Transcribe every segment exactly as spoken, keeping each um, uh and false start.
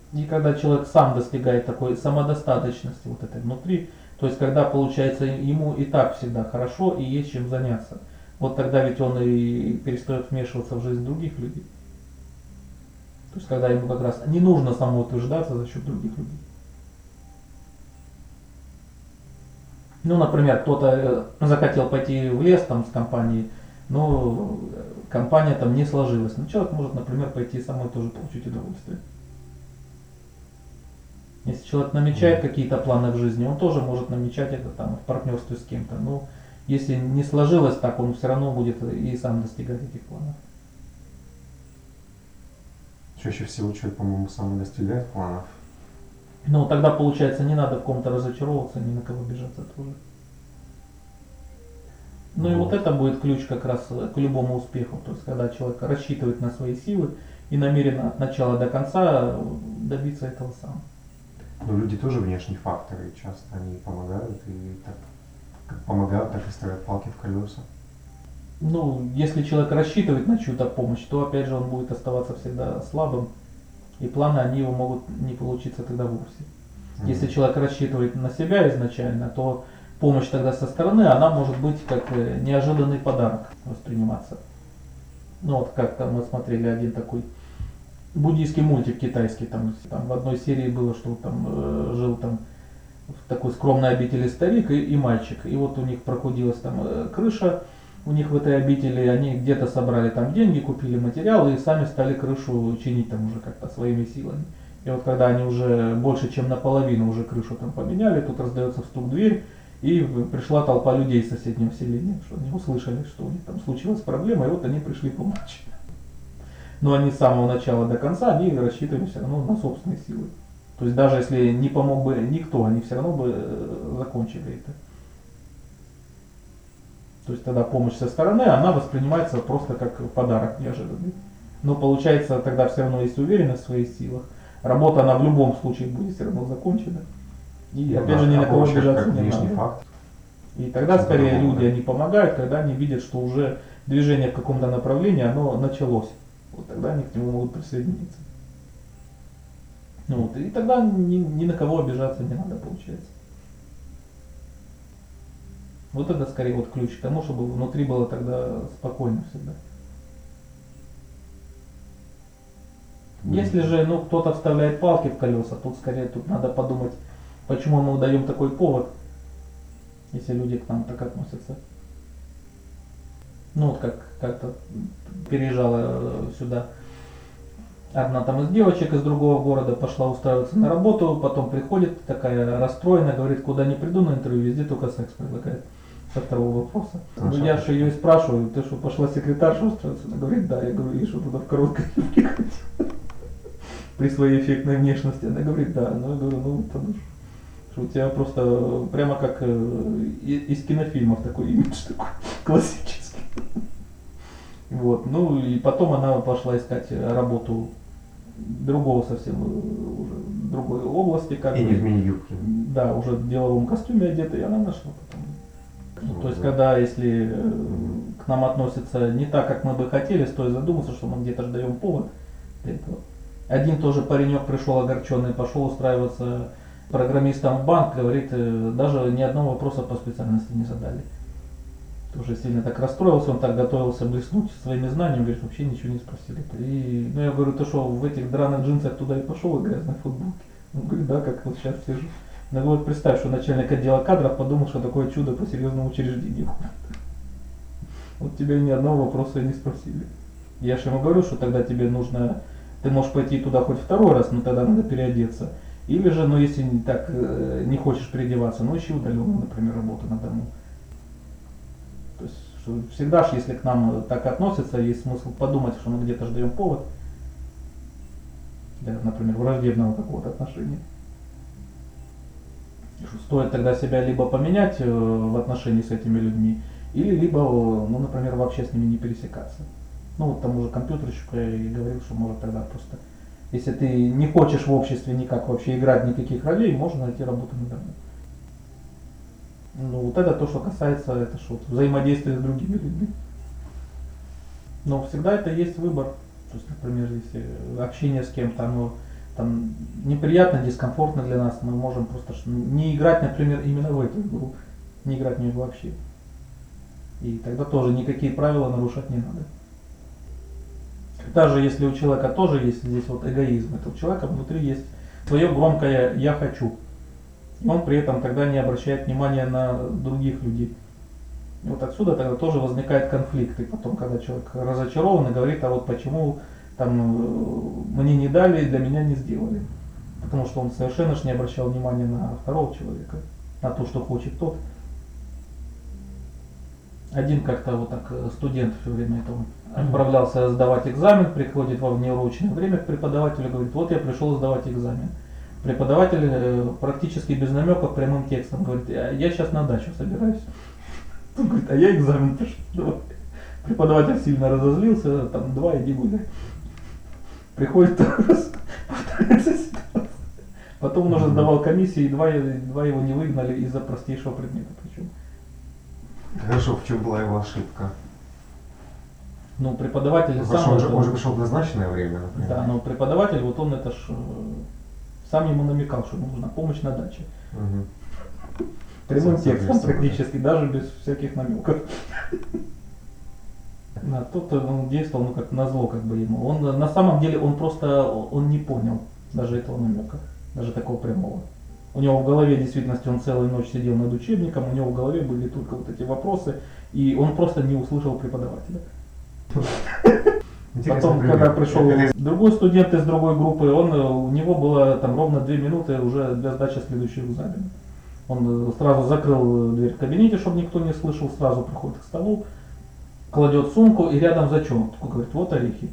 И когда человек сам достигает такой самодостаточности вот этой внутри, то есть когда получается ему и так всегда хорошо и есть чем заняться, вот тогда ведь он и перестает вмешиваться в жизнь других людей. То есть когда ему как раз не нужно самоутверждаться за счет других людей. Ну, например, кто-то захотел пойти в лес там с компанией, но компания там не сложилась. Но человек может, например, пойти самой тоже получить удовольствие. Если человек намечает какие-то планы в жизни, он тоже может намечать это там в партнерстве с кем-то. Но если не сложилось так, он все равно будет и сам достигать этих планов. Чаще всего человек, по-моему, сам и достигает планов. Ну, тогда, получается, не надо в ком-то разочаровываться, ни на кого обижаться тоже. Ну вот. И вот это будет ключ как раз к любому успеху. То есть, когда человек рассчитывает на свои силы и намерен от начала до конца добиться этого сам. Но люди тоже внешние факторы, часто они помогают, и так, как помогают, так и ставят палки в колеса. Ну, если человек рассчитывает на чью-то помощь, то опять же он будет оставаться всегда слабым, и планы они его могут не получиться тогда вовсе. Mm-hmm. Если человек рассчитывает на себя изначально, то помощь тогда со стороны, она может быть как неожиданный подарок восприниматься. Ну вот как там мы смотрели один такой буддийский мультик китайский, там, там в одной серии было, что там э, жил там в такой скромной обители старик и, и мальчик. И вот у них прокудилась там э, крыша, у них в этой обители, они где-то собрали там деньги, купили материалы и сами стали крышу чинить там уже как-то своими силами. И вот когда они уже больше чем наполовину уже крышу там поменяли, тут раздается стук в дверь, и пришла толпа людей из соседнего селения, что они услышали, что у них там случилась проблема, и вот они пришли помочь. Но они с самого начала до конца, они рассчитывали все равно на собственные силы. То есть даже если не помог бы никто, они все равно бы закончили это. То есть тогда помощь со стороны, она воспринимается просто как подарок неожиданный. Но получается тогда все равно есть уверенность в своих силах. Работа она в любом случае будет все равно закончена. И ну, опять да, же ни на кого обижаться не надо. Факт. И тогда что скорее люди, они помогают, когда они видят, что уже движение в каком-то направлении, оно началось. Вот тогда они к нему могут присоединиться. Ну, вот, и тогда ни, ни на кого обижаться не надо, получается. Вот это скорее вот ключ к тому, чтобы внутри было тогда спокойно всегда. Если же ну, кто-то вставляет палки в колеса, тут скорее тут надо подумать, почему мы даем такой повод, если люди к нам так относятся. Ну вот как как-то переезжала сюда одна там из девочек из другого города, пошла устраиваться на работу, потом приходит такая расстроенная, говорит, куда не приду на интервью, везде только секс предлагает. Со второго вопроса. Ну, я же ее и спрашиваю, ты что, пошла секретарша устраиваться? Она говорит, да. Я говорю, и что туда в короткой юбке ходила? При своей эффектной внешности. Она говорит, да. Ну, я говорю, ну, потому что у тебя просто прямо как из кинофильмов такой имидж такой классический. Вот. Ну и потом она пошла искать работу другого совсем уже другой области. Как и не в мини-юбке. Да, уже в деловом костюме одета, и она нашла потом. Ну, то есть, когда если к нам относятся не так, как мы бы хотели, стоит задуматься, что мы где-то даем повод для этого. Один тоже паренек пришел огорченный, пошел устраиваться программистом в банк, говорит, даже ни одного вопроса по специальности не задали. Тоже сильно так расстроился, он так готовился блеснуть своими знаниями, говорит, вообще ничего не спросили. И, ну я говорю, ты что, в этих драных джинсах туда и пошел, и грязной футболке? Он говорит, да, как вот сейчас сижу. Ну вот представь, что начальник отдела кадров подумал, что такое чудо по серьезному учреждению. Вот тебя ни одного вопроса и не спросили. Я же ему говорю, что тогда тебе нужно, ты можешь пойти туда хоть второй раз, но тогда надо переодеться. Или же, ну если так не хочешь переодеваться, ну ищи удаленную, например, работу на дому. То есть что всегда же, если к нам так относятся, есть смысл подумать, что мы где-то ждаем повод для, например, враждебного какого-то отношения. Стоит тогда себя либо поменять в отношении с этими людьми, или либо, ну, например, вообще с ними не пересекаться. Ну, вот тому же компьютерщику я и говорил, что может тогда просто, если ты не хочешь в обществе никак вообще играть никаких ролей, можно найти работу на дому. Ну, вот это то, что касается это что, взаимодействия с другими людьми. Но всегда это есть выбор. То есть, например, если общение с кем-то, оно там неприятно, дискомфортно для нас, мы можем просто ш- не играть, например, именно в эту игру, не играть в нее вообще. И тогда тоже никакие правила нарушать не надо. Даже если у человека тоже есть здесь вот эгоизм, это у человека внутри есть свое громкое «я хочу». И он при этом тогда не обращает внимания на других людей. И вот отсюда тогда тоже возникает конфликт. И потом, когда человек разочарован и говорит, а вот почему там э, мне не дали, для меня не сделали. Потому что он совершенно ж не обращал внимания на второго человека, на то, что хочет тот. Один как-то вот так э, студент все время это он отправлялся сдавать экзамен, приходит во внеурочное время к преподавателю, говорит, вот я пришел сдавать экзамен. Преподаватель э, практически без намеков прямым текстом говорит, я, я сейчас на дачу собираюсь. Он говорит, а я экзамен пишу. Давай. Преподаватель сильно разозлился, там, два, иди гуляй. Приходит второй раз, повторяется ситуация. Потом он уже сдавал комиссии, и два, два его не выгнали из-за простейшего предмета. Причем. Хорошо, в чем была его ошибка? Ну, преподаватель Ну, сам... хорошо, он, же, это- он же пришел в назначенное время, например. Да, но преподаватель, вот он это ж э, сам ему намекал, что ему нужна помощь на даче. Мгм. Прямым Совсем текстом ясно, практически, даже без всяких намеков. Да, тут он действовал, ну как назло как бы ему. Он э, на самом деле он просто он не понял даже этого намека, даже такого прямого. У него в голове в действительности он целую ночь сидел над учебником, у него в голове были только вот эти вопросы, и он просто не услышал преподавателя. Интересный Потом, пример. когда пришел Это- другой студент из другой группы, он, э, у него было там ровно две минуты уже для сдачи следующего экзамена. Он э, сразу закрыл дверь в кабинете, чтобы никто не слышал, сразу приходит к столу, кладет сумку и рядом зачетку, говорит, вот орехи.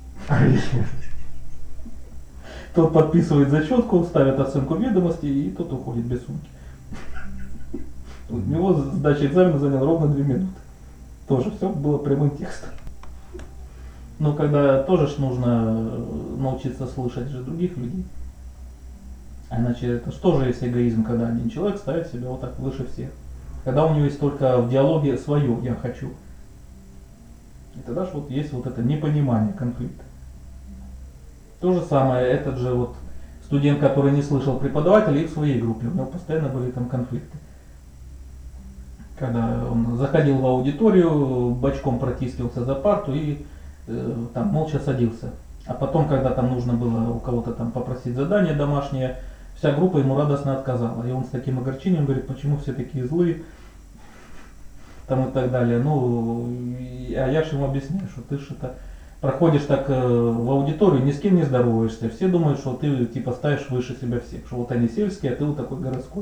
Тот подписывает зачетку, ставит оценку ведомости и тот уходит без сумки. У него сдача экзамена заняла ровно две минуты. Тоже все было прямым текстом. Но когда тоже ж нужно э, научиться слышать же других людей. А иначе это что же есть эгоизм, когда один человек ставит себя вот так выше всех. Когда у него есть только в диалоге свое «я хочу». И тогда ж вот есть вот это непонимание, конфликт. То же самое, этот же вот студент, который не слышал преподавателя, и в своей группе, у него постоянно были там конфликты. Когда он заходил в аудиторию, бочком протискивался за парту и э, там молча садился. А потом, когда там нужно было у кого-то там попросить задание домашнее, вся группа ему радостно отказала. И он с таким огорчением говорит, почему все такие злые, там и так далее. Ну, и- а я же ему объясняю, что ты ж это проходишь так э, в аудиторию, ни с кем не здороваешься. Все думают, что ты типа ставишь выше себя всех, что вот они сельские, а ты вот такой городской.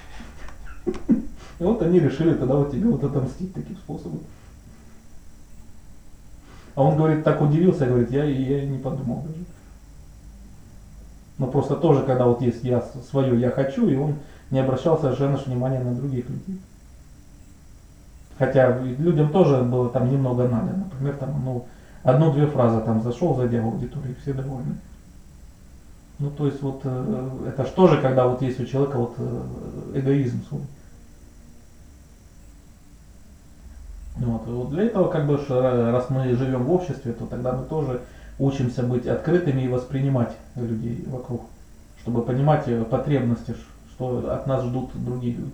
И вот они решили тогда вот тебе вот отомстить таким способом. А он говорит, так удивился, говорит, я, я и не подумал даже. Но просто тоже, когда вот есть я свое, я хочу, и он не обращал совершенно ж внимания на других людей. Хотя людям тоже было там немного надо. Например, там, ну, одну-две фразы там зашел, зайдя в аудиторию, все довольны. Ну, то есть вот э, это что же, когда вот есть у человека вот э, эгоизм свой. Вот. И вот для этого, как бы, ж, э, раз мы живем в обществе, то тогда мы тоже учимся быть открытыми и воспринимать людей вокруг, чтобы понимать э, потребности, ш- что от нас ждут другие люди.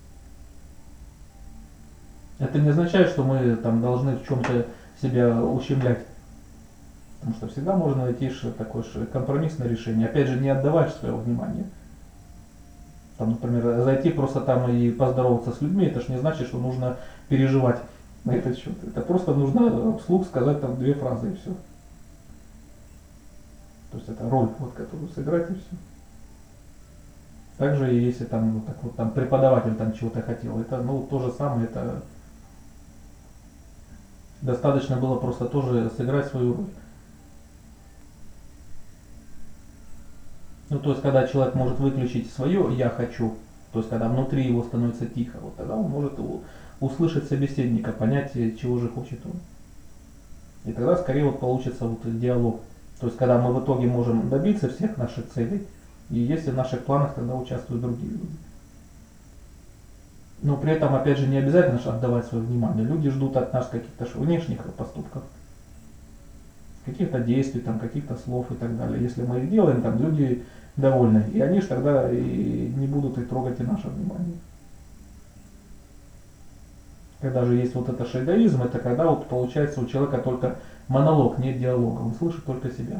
Это не означает, что мы там должны в чем-то себя ущемлять. Потому что всегда можно найти ш- такое ж компромиссное решение. Опять же, не отдавать своего внимания. Там, например, зайти просто там и поздороваться с людьми, это ж не значит, что нужно переживать на этот счет. Это просто нужно вслух сказать там две фразы и все. То есть это роль, вот, которую сыграть и все. Также и если там вот так вот там преподаватель там чего-то хотел, это ну то же самое, это достаточно было просто тоже сыграть свою роль. Ну то есть когда человек может выключить свое «я хочу», то есть когда внутри его становится тихо, вот тогда он может у- услышать собеседника, понять, э, чего же хочет он. И тогда скорее вот получится вот диалог. То есть когда мы в итоге можем добиться всех наших целей, и если в наших планах тогда участвуют другие люди. Но при этом, опять же, не обязательно ж отдавать свое внимание. Люди ждут от нас каких-то ж внешних поступков. каких-то действий, там, каких-то слов и так далее. Если мы их делаем, там люди довольны. И они же тогда и не будут и трогать и наше внимание. Когда же есть вот это же эгоизм, это когда вот получается у человека только монолог, нет диалога, он слышит только себя.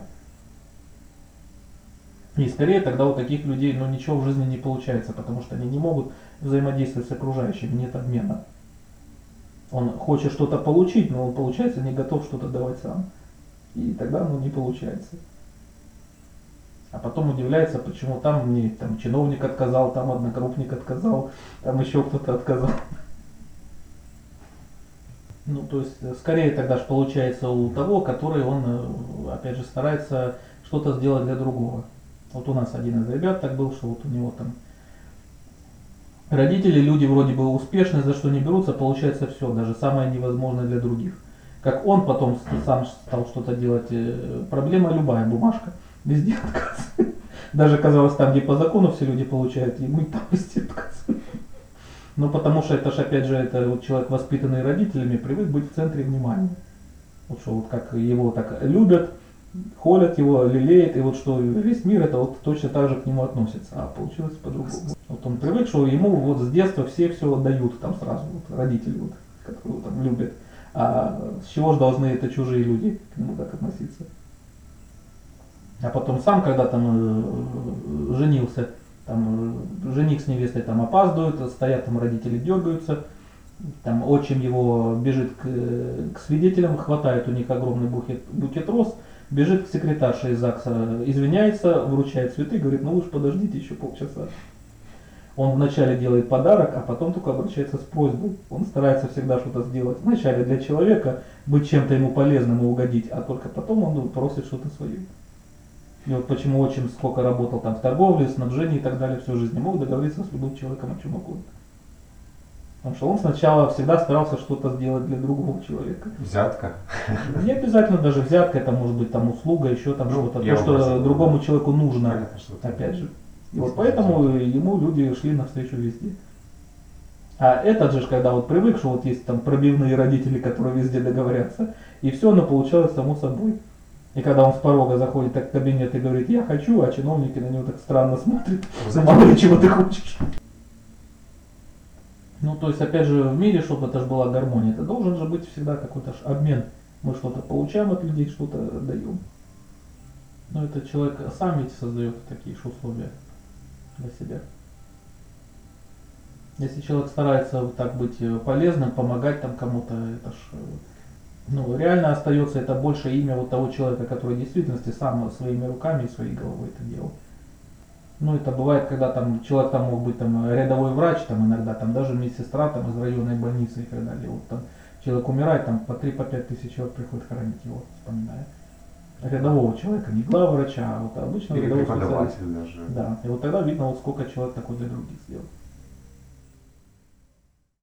И скорее тогда у таких людей ну, ничего в жизни не получается, потому что они не могут взаимодействовать с окружающими, нет обмена. Он хочет что-то получить, но он, получается, не готов что-то давать сам. И тогда ну, не получается. А потом удивляется, почему там мне там, чиновник отказал, там одногруппник отказал, там еще кто-то отказал. Ну, то есть, скорее тогда же получается у того, который он, опять же, старается что-то сделать для другого. Вот у нас один из ребят так был, что вот у него там родители, люди вроде бы успешные, за что не берутся, получается все, даже самое невозможное для других. Как он потом сам стал что-то делать, проблема любая, бумажка, везде отказ. Даже казалось там, где по закону все люди получают, ему и там везде отказ. Ну потому что это же опять же это вот человек, воспитанный родителями, привык быть в центре внимания. Вот что вот как его так любят, холят его, лелеют, и вот что весь мир это вот точно так же к нему относится, а получилось по-другому. Вот он привык, что ему вот с детства все все дают там сразу, вот, родители, вот, которые его там любят. А с чего же должны это чужие люди к нему так относиться? А потом сам, когда там э, женился, там жених с невестой там опаздывают, стоят там родители дергаются, там отчим его бежит к, к свидетелям, хватает у них огромный букет, букет роз, бежит к секретарше из ЗАГСа, извиняется, вручает цветы, говорит, ну вы ж подождите еще полчаса. Он вначале делает подарок, а потом только обращается с просьбой. Он старается всегда что-то сделать. Вначале для человека, быть чем-то ему полезным и угодить, а только потом он просит что-то свое. И вот почему отчим сколько работал там в торговле, снабжении и так далее всю жизнь, не мог договориться с любым человеком о чем угодно. Потому что он сначала всегда старался что-то сделать для другого человека. Взятка. Не обязательно даже взятка, это может быть там услуга, еще там Ну, что-то, я то, что образно, другому да. человеку нужно, Понятно, что это- опять же. И вот поэтому ему люди шли навстречу везде. А этот же, когда вот привык, что вот есть там пробивные родители, которые везде договорятся, и все оно получалось само собой. И когда он с порога заходит так в кабинет и говорит, я хочу, а чиновники на него так странно смотрят, ну мало ли чего ты хочешь. Ну то есть опять же в мире, чтобы это же была гармония, это должен же быть всегда какой-то ж обмен. Мы что-то получаем от людей, что-то даем. Но это человек сам ведь создает такие же условия для себя. Если человек старается вот так быть полезным, помогать там кому-то, это ж ну, реально остается это больше имя вот того человека, который в действительности сам своими руками и своей головой это делал. Ну, это бывает, когда там человек там мог быть там рядовой врач, там иногда там даже медсестра там из районной больницы и так далее. Вот там человек умирает, там по три-по пять тысяч человек приходит хоронить его, вспоминая. Рядового человека, не главврача, а вот обычного Или рядового преподаватель специалиста. даже. Да, и вот тогда видно, вот сколько человек такой для других сделал.